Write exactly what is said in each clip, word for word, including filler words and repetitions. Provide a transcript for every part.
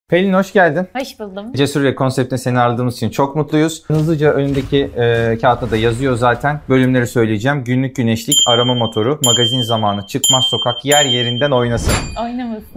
Pelin hoş geldin. Hoş buldum. Cesur Yürek konseptine seni aradığımız için çok mutluyuz. Hızlıca önündeki e, kağıtta da yazıyor zaten. Bölümleri söyleyeceğim. Günlük güneşlik, arama motoru, magazin zamanı, çıkmaz sokak, yer yerinden oynasın. Oynamasın.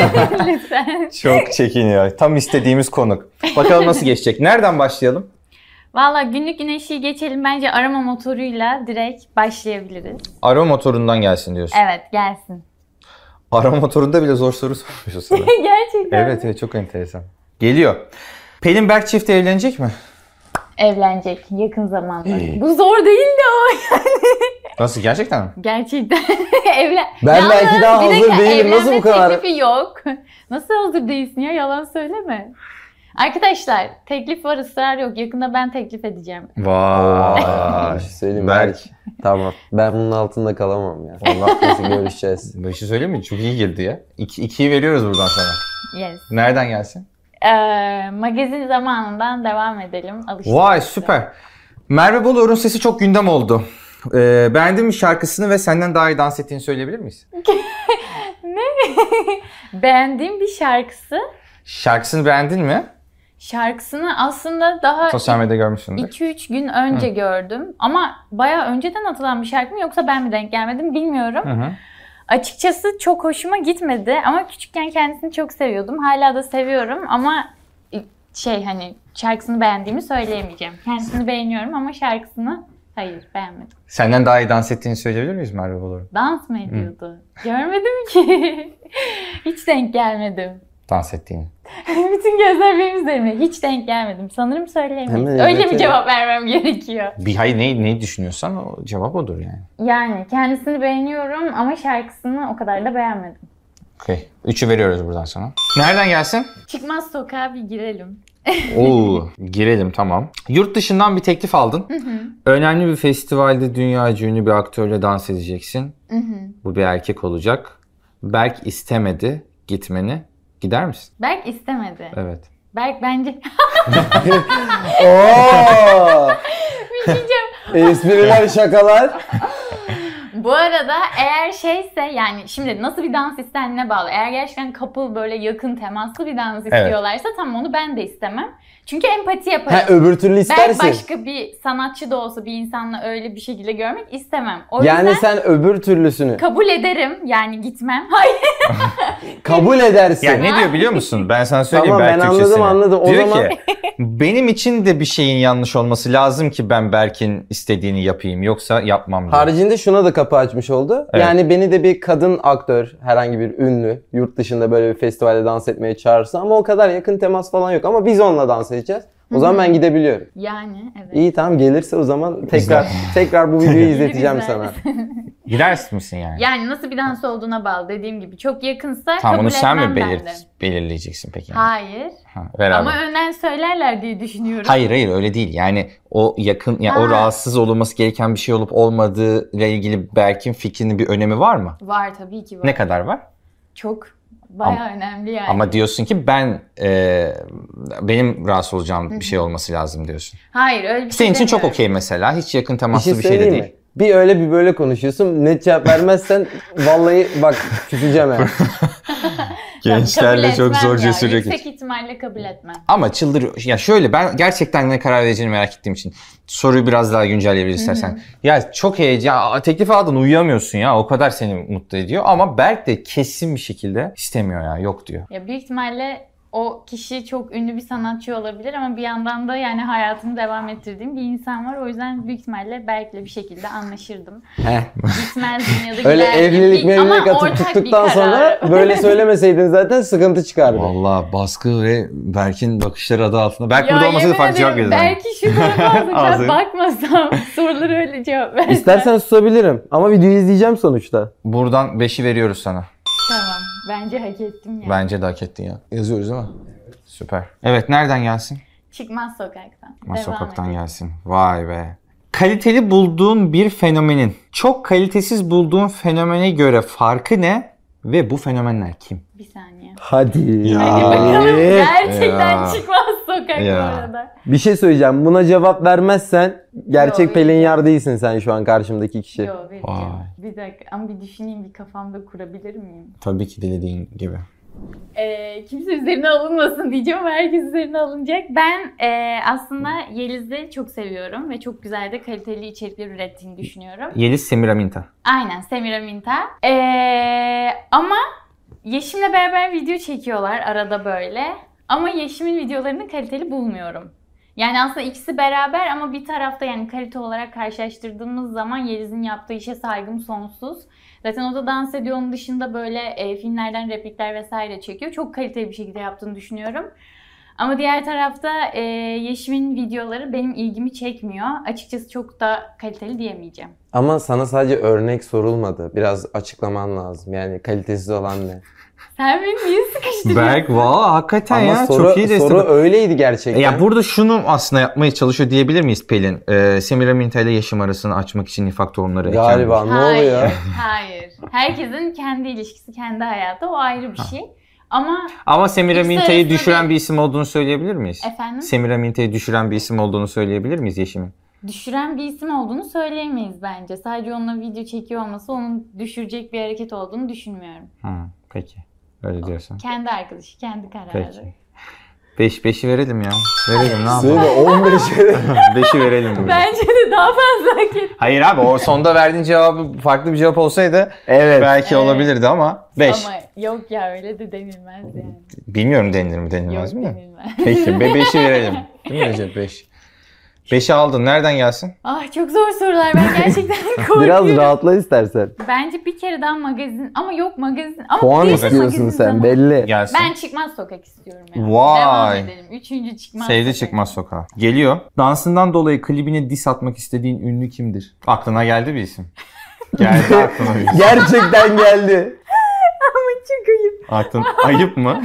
Lütfen. Çok çekiniyor. Tam istediğimiz konuk. Bakalım nasıl geçecek. Nereden başlayalım? Valla günlük güneşliği geçelim. Bence arama motoruyla direkt başlayabiliriz. Arama motorundan gelsin diyorsun. Evet, gelsin. Arama motorunda bile zor soru sormuşuz sana. Gerçekten Evet, evet çok enteresan. Geliyor. Pelin Berk çifti evlenecek mi? Evlenecek yakın zamanda. Bu zor değil de o yani. Nasıl, gerçekten mi? Gerçekten. Evlen... Ben Yalnız, belki daha bir hazır dakika, değilim. Nasıl bu kadar? evlenme teklifi yok. Nasıl hazır değilsin ya? Yalan söyleme. Arkadaşlar teklif var, ısrar yok. Yakında ben teklif edeceğim. Vay. Bir şey söyleyeyim mi? Berk. Tamam. Ben bunun altında kalamam ya. Allah nasıl görüşeceğiz. Bir şey söyleyeyim mi? Çok iyi girdi ya. İki, ikiyi veriyoruz buradan sana. Yes. Nereden gelsin? Ee, magazin zamanından devam edelim. Vay süper. Merve Boluğur'un sesi çok gündem oldu. Ee, beğendiğin bir şarkısını ve senden daha iyi dans ettiğini söyleyebilir miyiz? Ne? Beğendiğim bir şarkısı. Şarkısını beğendin mi? Şarkısını aslında daha Sosyal medyada görmüşsündür. iki üç gün önce Hı. gördüm. Ama bayağı önceden atılan bir şarkı mı yoksa ben mi denk gelmedim bilmiyorum. Hı hı. Açıkçası çok hoşuma gitmedi ama küçükken kendisini çok seviyordum. Hala da seviyorum ama şey hani şarkısını beğendiğimi söyleyemeyeceğim. Kendisini beğeniyorum ama şarkısını hayır beğenmedim. Senden daha iyi dans ettiğini söyleyebilir miyiz Merve Boluğur'un? Dans mı ediyordu? Hı. Görmedim ki. Hiç denk gelmedim. Dans ettiğini. Bütün gözler benim üzerimde. Hiç denk gelmedim. Sanırım söyleyemeyiz. Hemen Öyle evet, bir cevap vermem gerekiyor. Bir hayır ne, neyi düşünüyorsan o cevap odur yani. Yani kendisini beğeniyorum ama şarkısını o kadar da beğenmedim. Okey. Üçü veriyoruz buradan sana. Nereden gelsin? Çıkmaz sokağa bir girelim. Oo, girelim tamam. Yurt dışından bir teklif aldın. Hı hı. Önemli bir festivalde dünyaca ünlü bir aktörle dans edeceksin. Hı hı. Bu bir erkek olacak. Berk istemedi gitmeni. Gider misin? Berk istemedi. Evet. Berk bence... Ooo! Bir şey diyeceğim. Espriler, şakalar. Bu arada eğer şeyse yani şimdi nasıl bir dans istendiğine bağlı. Eğer gerçekten couple böyle yakın temaslı bir dans Evet. istiyorlarsa tamam onu ben de istemem. Çünkü empati yaparım. Ha, öbür türlü istersin. Ben başka bir sanatçı da olsa bir insanla öyle bir şekilde görmek istemem. O Yani yüzden sen öbür türlüsünü kabul ederim yani gitmem. Hayır. kabul edersin. Ya ne diyor biliyor musun? Ben sana söyleyeyim Tamam, Berk ben Türkçesini. anladım, anladım. O Diyor zaman- ki benim için de bir şeyin yanlış olması lazım ki ben Berk'in istediğini yapayım. Yoksa yapmam diyor. Haricinde şuna da kapı açmış oldu. Evet. Yani beni de bir kadın aktör, herhangi bir ünlü, yurt dışında böyle bir festivalde dans etmeye çağırsa ama o kadar yakın temas falan yok. Ama biz onunla dans edeceğiz. O zaman ben gidebiliyorum. Yani evet. İyi tamam, gelirse o zaman tekrar tekrar bu videoyu izleteceğim Güzel. sana. Gider misin yani? Yani nasıl bir dans olduğuna bağlı dediğim gibi. Çok yakınsa Tamam, kabul bunu sen etmem mi ben belir de. belirleyeceksin peki? Yani? Hayır. Ha, beraber. Ama önden söylerler diye düşünüyorum. Hayır hayır öyle değil. Yani o yakın ya Ha. o rahatsız olunması gereken bir şey olup olmadığı ile ilgili Berk'in fikrinin bir önemi var mı? Var tabii ki var. Ne kadar var? Çok bayağı Ama- önemli yani. Ama diyorsun ki ben e, benim rahatsız olacağım bir şey olması lazım diyorsun. Hayır öyle bir Senin şey için çok demiyorum. okey mesela. Hiç yakın Bir temaslı şey bir, şey de söyleyeyim değil. mi? Bir öyle bir böyle konuşuyorsun. Net cevap vermezsen vallahi bak küseceğim yani. Gençlerle çok etmem zor ya. cesur Yüksek hareket. ihtimalle kabul etmem. Ama çıldır ya şöyle ben gerçekten ne karar vereceğini merak ettiğim için soruyu biraz daha güncelleyebilir istersen. Ya çok heyecan ya, teklif aldın uyuyamıyorsun ya o kadar seni mutlu ediyor ama Berk de kesin bir şekilde istemiyor ya yok diyor. Ya büyük ihtimalle o kişi çok ünlü bir sanatçı olabilir ama bir yandan da yani hayatımı devam ettirdiğim bir insan var. O yüzden büyük ihtimalle Berk'le bir şekilde anlaşırdım. Heh. Gitmezdim ya da Öyle giderdim. evlilik Bir- ama mevlilik atıp ortak bir tuttuktan sonra karar. böyle söylemeseydin zaten sıkıntı çıkardı. Vallahi baskı ve Berk'in bakışları adı altında. Berk Ya burada olmasaydı yemin farklı cevap ederim, verirdi. belki şu tarafa Ağzı. alacağım bakmasam soruları öyle cevap versem. İstersen susabilirim ama videoyu izleyeceğim sonuçta. Buradan beşi veriyoruz sana. Tamam bence hak ettim ya. Bence de hak ettin ya. Yazıyoruz değil mi? Süper. Evet nereden gelsin? Çıkmaz sokaktan. Ama Devam sokaktan edelim. gelsin. Vay be. Kaliteli bulduğun bir fenomenin çok kalitesiz bulduğun fenomene göre farkı ne ve bu fenomenler kim? Bir saniye. Hadi. Ya. Hadi bakalım Ee, gerçekten Ya. çıkmaz sokak Ya. bu arada. Bir şey söyleyeceğim. Buna cevap vermezsen gerçek Yo, Pelin vereceğim. Yar değilsin sen şu an karşımdaki kişi. Yo vereceğim. Vay. Bir dakika ama bir düşüneyim bir kafamda kurabilir miyim? Tabii ki dilediğin gibi. Ee, kimse üzerine alınmasın diyeceğim ama herkes üzerine alınacak. Ben e, aslında Yeliz'i çok seviyorum ve çok güzel de kaliteli içerikler ürettiğini düşünüyorum. Yeliz Semiraminta. Aynen, Semiraminta. Ee, ama Yeşim'le beraber video çekiyorlar arada böyle. Ama Yeşim'in videolarını kaliteli bulmuyorum. Yani aslında ikisi beraber ama bir tarafta yani kalite olarak karşılaştırdığımız zaman Yeliz'in yaptığı işe saygım sonsuz. Zaten o da dans ediyor. Onun dışında böyle e, filmlerden replikler vesaire çekiyor. Çok kaliteli bir şekilde yaptığını düşünüyorum. Ama diğer tarafta e, Yeşim'in videoları benim ilgimi çekmiyor. Açıkçası çok da kaliteli diyemeyeceğim. Ama sana sadece örnek sorulmadı. Biraz açıklaman lazım. Yani kalitesiz olan ne? Sen beni niye sıkıştırıyorsun? Berk valla hakikaten Ama ya soru, çok iyi destek. soru öyleydi gerçekten. Ya burada şunu aslında yapmaya çalışıyor diyebilir miyiz Pelin? Ee, Semiraminta ile Yeşim arasını açmak için nifak tohumları eken Galiba bir- ne Hayır, oluyor? hayır. Herkesin kendi ilişkisi, kendi hayatı. O ayrı bir şey. Ama Ama Semiraminta'yı İkisi düşüren arasında bir isim olduğunu söyleyebilir miyiz? efendim, Semiraminta'yı düşüren bir isim olduğunu söyleyebilir miyiz Yeşim'in? düşüren bir isim olduğunu söyleyemeyiz bence. Sadece onunla video çekiyor olması onun düşürecek bir hareket olduğunu düşünmüyorum. Hı, peki. Öyle diyorsan. Kendi arkadaşı, kendi kararı. Peki. Beş, beşi verelim ya. Verelim ne Söyle yapalım? on beş verelim. Beşi verelim. bugün. Bence de daha fazla hak etti. Hayır abi o sonda verdiğin cevabı farklı bir cevap olsaydı Evet. belki Evet. olabilirdi ama beş. Ama yok ya öyle de denilmez yani. Bilmiyorum denilir mi denilmez Yok mi? denilmez. Peki be beşi verelim. Değil mi Recep? Beş. Beşi aldın. Nereden gelsin? Ah çok zor sorular. Ben gerçekten korkuyorum. Biraz rahatla istersen. Bence bir kere daha magazin ama yok magazin ama Puan değil istiyorsun magazin sen zamanı. belli. Gelsin. Ben çıkmaz sokak istiyorum ya. Vay. Devam edelim. Üçüncü çıkmaz Sevdi sokak. çıkmaz sokağa. Geliyor. Dansından dolayı klibine diss atmak istediğin ünlü kimdir? Aklına geldi bir isim. Geldi aklına bir isim. Gerçekten geldi. Ama çok ayıp. Aklın ayıp mı?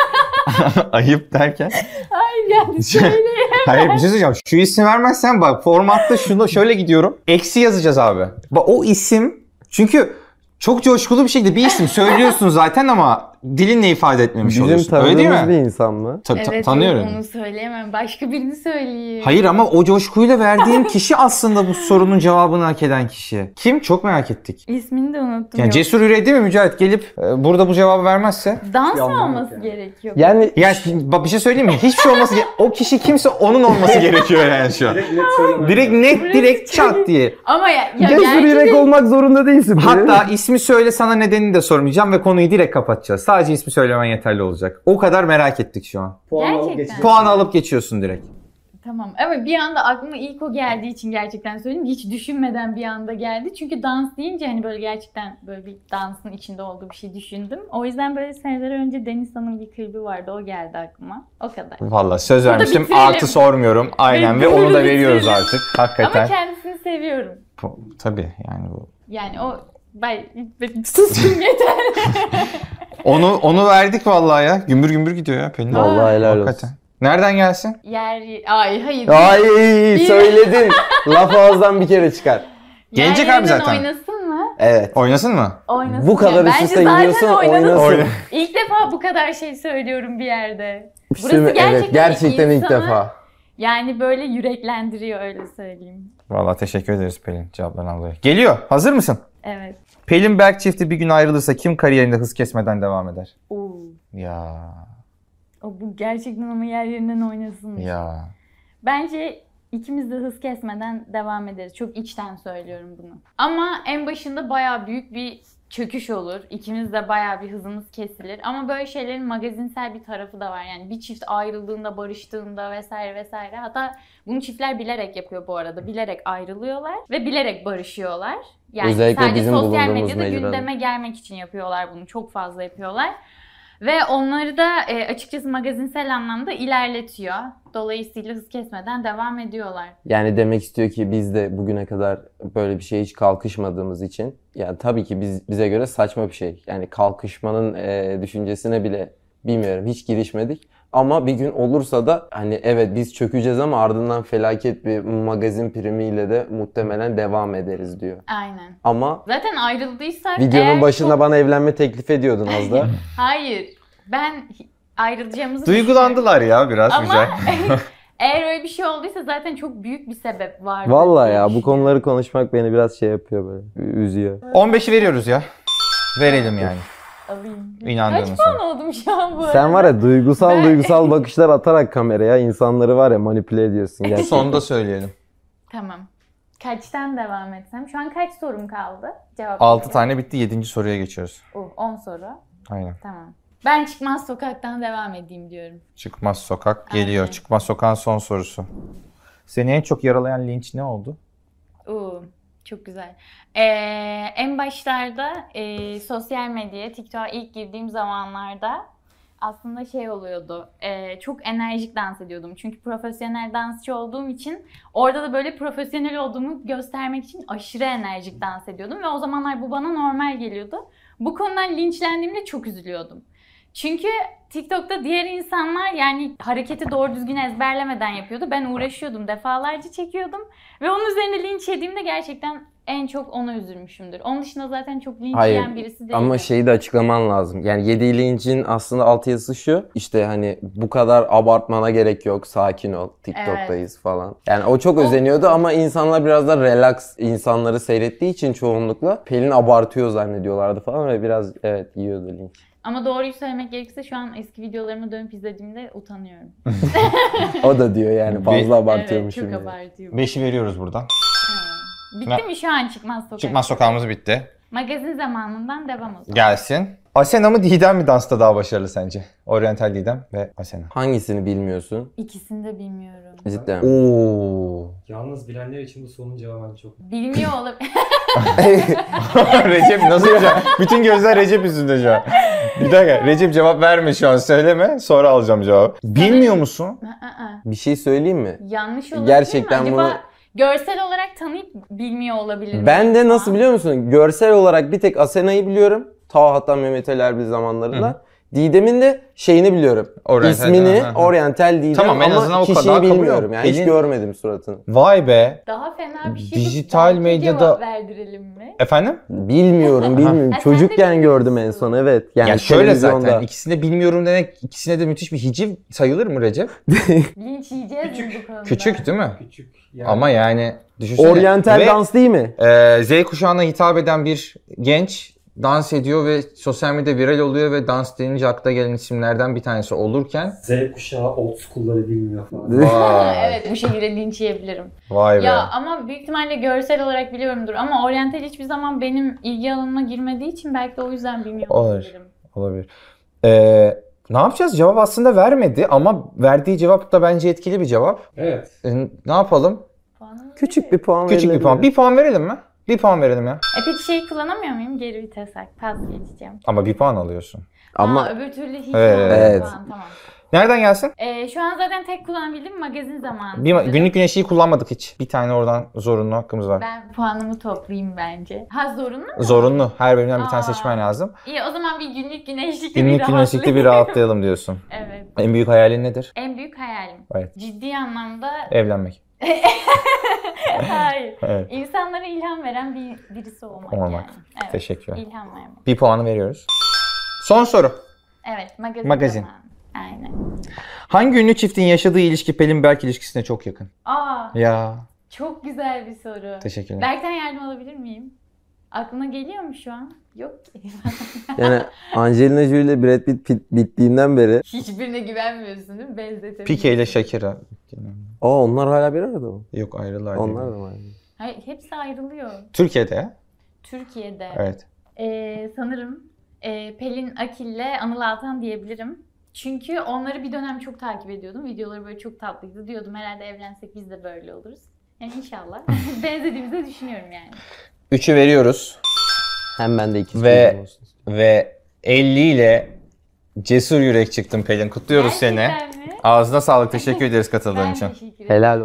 Ayıp derken? Hayır yani söyle. Hayır bir şey söyleyeceğim. Şu ismi vermezsen bak formatta şunu şöyle gidiyorum. Eksi yazacağız abi. Bak o isim çünkü çok coşkulu bir şekilde bir isim söylüyorsun zaten ama dilinle ifade etmemiş Bizim oluyorsun. Öyle değil tanıdığımız mi? bir insan mı? Ta- ta- Evet tanıyorum. yok, onu söyleyemem. Başka birini söyleyeyim. Hayır ama o coşkuyla verdiğim kişi aslında bu sorunun cevabını hak eden kişi. Kim? Çok merak ettik. İsmini de unuttum. Yani yok. Cesur Yüreği mi Mücahit gelip e, burada bu cevabı vermezse? Dans mı Yanlış olması yani. gerekiyor? Yani Yani bak bir şey söyleyeyim mi? Hiçbir şey olması ge- o kişi kimse onun olması gerekiyor yani şu an. Direkt net direkt çat diye. Ama ya, ya cesur gerçi yürek de- olmak zorunda değilsin. Hatta ismi söyle sana nedenini de sormayacağım ve konuyu direkt kapatacağız. Sadece ismi söylemen yeterli olacak. O kadar merak ettik şu an. Gerçekten. Puan alıp geçiyorsun direkt. Tamam ama bir anda aklıma ilk o geldiği için gerçekten söyleyeyim. Hiç düşünmeden bir anda geldi. Çünkü dans deyince hani böyle gerçekten böyle bir dansın içinde olduğu bir şey düşündüm. O yüzden böyle seneler önce Deniz Hanım bir klibi vardı. O geldi aklıma. O kadar. Vallahi söz Burada vermiştim. bitirelim. Artı sormuyorum. Aynen ve Ve onu da burada veriyoruz bitirelim. artık. Ama Hakikaten. kendisini seviyorum. Bu- Tabii yani bu. Yani o ben, ben sustum yeter. Onu onu verdik vallahi ya. Gümbür gümbür gidiyor ya Pelin. Vallahi helal olsun. Hakikaten. Nereden gelsin? Yer ay hayır. Ay söyledin. Laf ağızdan bir kere çıkar. Gelecek Yer abi yerinden zaten. Oynasın mı? Evet. Oynasın mı? Oynasın. Bu kadar ya. üst Bence üste zaten gidiyorsun oynasın. oynasın. Oyna. İlk defa bu kadar şey söylüyorum bir yerde. İşte mi? Evet gerçekten ilk insanı defa. Yani böyle yüreklendiriyor öyle söyleyeyim. Vallahi teşekkür ederiz Pelin cevaplarını dolayı. Geliyor. Hazır mısın? Evet. Pelin Berk çifti bir gün ayrılırsa kim kariyerinde hız kesmeden devam eder? Oo. Ya O bu gerçekten ama yer yerinden oynasın. ya. Bence ikimiz de hız kesmeden devam ederiz. Çok içten söylüyorum bunu. Ama en başında bayağı büyük bir çöküş olur. İkimiz de bayağı bir hızımız kesilir. Ama böyle şeylerin magazinsel bir tarafı da var. Yani bir çift ayrıldığında, barıştığında vesaire vesaire. Hatta bunu çiftler bilerek yapıyor bu arada. Bilerek ayrılıyorlar ve bilerek barışıyorlar. Yani Özellikle sadece bizim sosyal bulunduğumuz medyada mecrada. gündeme gelmek için yapıyorlar bunu. Çok fazla yapıyorlar. Ve onları da e, açıkçası magazinsel anlamda ilerletiyor. Dolayısıyla hız kesmeden devam ediyorlar. Yani demek istiyor ki biz de bugüne kadar böyle bir şeye hiç kalkışmadığımız için yani tabii ki biz bize göre saçma bir şey. Yani kalkışmanın e, düşüncesine bile bilmiyorum hiç girişmedik. Ama bir gün olursa da hani evet biz çökeceğiz ama ardından felaket bir magazin primiyle de muhtemelen devam ederiz diyor. Aynen. Ama Zaten ayrıldıysak videonun eğer başında çok- bana evlenme teklif ediyordun az da. Hayır. Ben ayrılacağımızı Duygulandılar ya biraz Ama güzel. eğer öyle bir şey olduysa zaten çok büyük bir sebep var. Vallahi ya bu konuları konuşmak beni biraz şey yapıyor böyle üzüyor. on beşi veriyoruz ya. Verelim yani. Alayım. İnandığını Kaç söyle. puan oldum şu an bu arada? Sen var ya duygusal Ben- duygusal bakışlar atarak kameraya insanları var ya manipüle ediyorsun gerçekten. Sonunda söyleyelim. Tamam. Kaçtan devam etsem? Şu an kaç sorum kaldı? Cevap altı vereyim. tane bitti. yedinci soruya geçiyoruz. Oh, on soru. Aynen. Tamam. Ben çıkmaz sokaktan devam edeyim diyorum. Çıkmaz sokak geliyor. Aynen. Çıkmaz sokağın son sorusu. Seni en çok yaralayan linç ne oldu? Oo, çok güzel. Ee, en başlarda e, sosyal medyaya, TikTok'a ilk girdiğim zamanlarda aslında şey oluyordu. e, çok enerjik dans ediyordum. Çünkü profesyonel dansçı olduğum için orada da böyle profesyonel olduğumu göstermek için aşırı enerjik dans ediyordum. Ve o zamanlar bu bana normal geliyordu. Bu konudan linçlendiğimde çok üzülüyordum. Çünkü TikTok'ta diğer insanlar yani hareketi doğru düzgün ezberlemeden yapıyordu. Ben uğraşıyordum, defalarca çekiyordum. Ve onun üzerine linç yediğimde gerçekten en çok ona üzülmüşümdür. Onun dışında zaten çok linç Hayır, yiyen birisi değilim. Ama şeyi de açıklaman lazım. Yani yediği lincin aslında altyazısı şu. İşte hani bu kadar abartmana gerek yok. Sakin ol. TikTok'tayız falan. Yani o çok O- özeniyordu ama insanlar biraz da relax insanları seyrettiği için çoğunlukla Pelin abartıyor zannediyorlardı falan ve biraz evet yiyordu linç. Ama doğruyu söylemek gerekirse şu an eski videolarımı dönüp izlediğimde utanıyorum. O da diyor yani fazla Evet, abartıyormuşum. çok diye. abartıyorum. beşi veriyoruz buradan. Tamam. Bitti mi şu an çıkmaz sokak? Çıkmaz sokağımız bitti. Magazin zamanından devam o zaman. Gelsin. Asena mı Didem mi dansta daha başarılı sence? Oriental Didem ve Asena. Hangisini bilmiyorsun? İkisini de bilmiyorum. Cidden. Oo. Yalnız bilenler için bu sorunun cevabı çok. Bilmiyor olabilir. Recep nasıl cevap? Bütün gözler Recep yüzünde şu an. Bir dakika Recep cevap verme şu an söyleme sonra alacağım cevabı. Bilmiyor musun? Bir şey söyleyeyim mi? Yanlış olabilir Gerçekten mi? Acaba bunu- görsel olarak tanıyıp bilmiyor olabilir mi? Ben de nasıl Aa. biliyor musun? Görsel olarak bir tek Asena'yı biliyorum. Ta hatta Mehmet Ali Erbil zamanlarında. Hı. Didem'in de şeyini biliyorum. Oriental, İsmini hı hı. Oriental Didem Tamam, en azından ama o kadar kişiyi kabul bilmiyorum. yok. Yani hiç Pelin- görmedim suratını. Vay be. Daha fena bir şey. Dijital Belki medyada- cevap verdirelim mi? Efendim? Bilmiyorum, bilmiyorum. Ha, sen de Çocukken gördüm en bilmiyorsun. son evet. Yani ya şöyle televizyonda. zaten ikisini de bilmiyorum demek ikisine de müthiş bir hiciv sayılır mı Recep? Linç yiyeceğiz mi bu konuda? Küçük değil mi? Küçük. Yani Ama yani düşünsene. Oriental Ve, dans değil mi? e, Z kuşağına hitap eden bir genç dans ediyor ve sosyal medyada viral oluyor ve dans denince akla gelen isimlerden bir tanesi olurken Z kuşağı old school'ları bilmiyor falan. vay, Evet, bu şekilde linç yiyebilirim. vay be. Ya ama büyük ihtimalle görsel olarak biliyorumdur ama oryantal hiçbir zaman benim ilgi alanıma girmediği için belki de o yüzden bilmiyor Olur. olabilirim. Olabilir. Ee, ne yapacağız? Cevap aslında vermedi ama verdiği cevap da bence etkili bir cevap. Evet. Ee, ne yapalım? Puanımı Küçük bir veriyorum. puan Küçük bir verilebilir. puan. Bir puan verelim mi? Bir puan verelim ya. E peki şeyi kullanamıyor muyum? Geri vites hak. Pas geçeceğim. Ama bir puan alıyorsun. Ama Aa, öbür türlü hiç Evet. olmadı Evet. puan. Tamam. Nereden gelsin? E, şu an zaten tek kullanabildiğim magazin zamanı. Bir, günlük güneşi kullanmadık hiç. Bir tane oradan zorunlu hakkımız var. Ben puanımı toplayayım bence. Ha zorunlu mu? Zorunlu. Her bölümden bir tane Aa. seçmen lazım. İyi o zaman bir günlük güneşlikte Günlük bir güneşlikte bir rahatlayayım. rahatlayalım diyorsun. Evet. En büyük hayalin nedir? En büyük hayalim. Evet. Ciddi anlamda Evlenmek. hayır. Evet. İnsanlara ilham veren bir birisi olmak, Olmak. yani. Evet. Teşekkürler. İlham vermek. Bir puanı veriyoruz. Son soru. Evet, magazin. Magazin. zamanı. Aynen. Hangi ünlü çiftin yaşadığı ilişki Pelin Berk ilişkisine çok yakın? Aa, Ya çok güzel bir soru. teşekkürler. Berk'ten yardım alabilir miyim? Aklına geliyor mu şu an? Yok ki. yani Angelina Jolie ile Brad Pitt pit- bittiğinden beri. Hiçbirine güvenmiyorsun değil mi? Benzetebilirsin. Pike ile Shakira. Aa onlar hala bir arada mı? Yok ayrılar. Onlar da mı? Hayır, hepsi ayrılıyor. Türkiye'de ya. Türkiye'de. Evet. Ee, sanırım e, Pelin Akil'le Anıl Altan diyebilirim. Çünkü onları bir dönem çok takip ediyordum. Videoları böyle çok tatlıydı. Diyordum herhalde evlensek biz de böyle oluruz. Yani inşallah. Benzediğimizi düşünüyorum yani. Üçü veriyoruz. Hem ben de ikisi Ve- çocuğum olsun. Ve elli ile cesur yürek çıktın Pelin. Kutluyoruz seni. Gerçekten mi? Ağzına sağlık. Teşekkür ederiz katıldığın Ben için. teşekkür ederim. Helal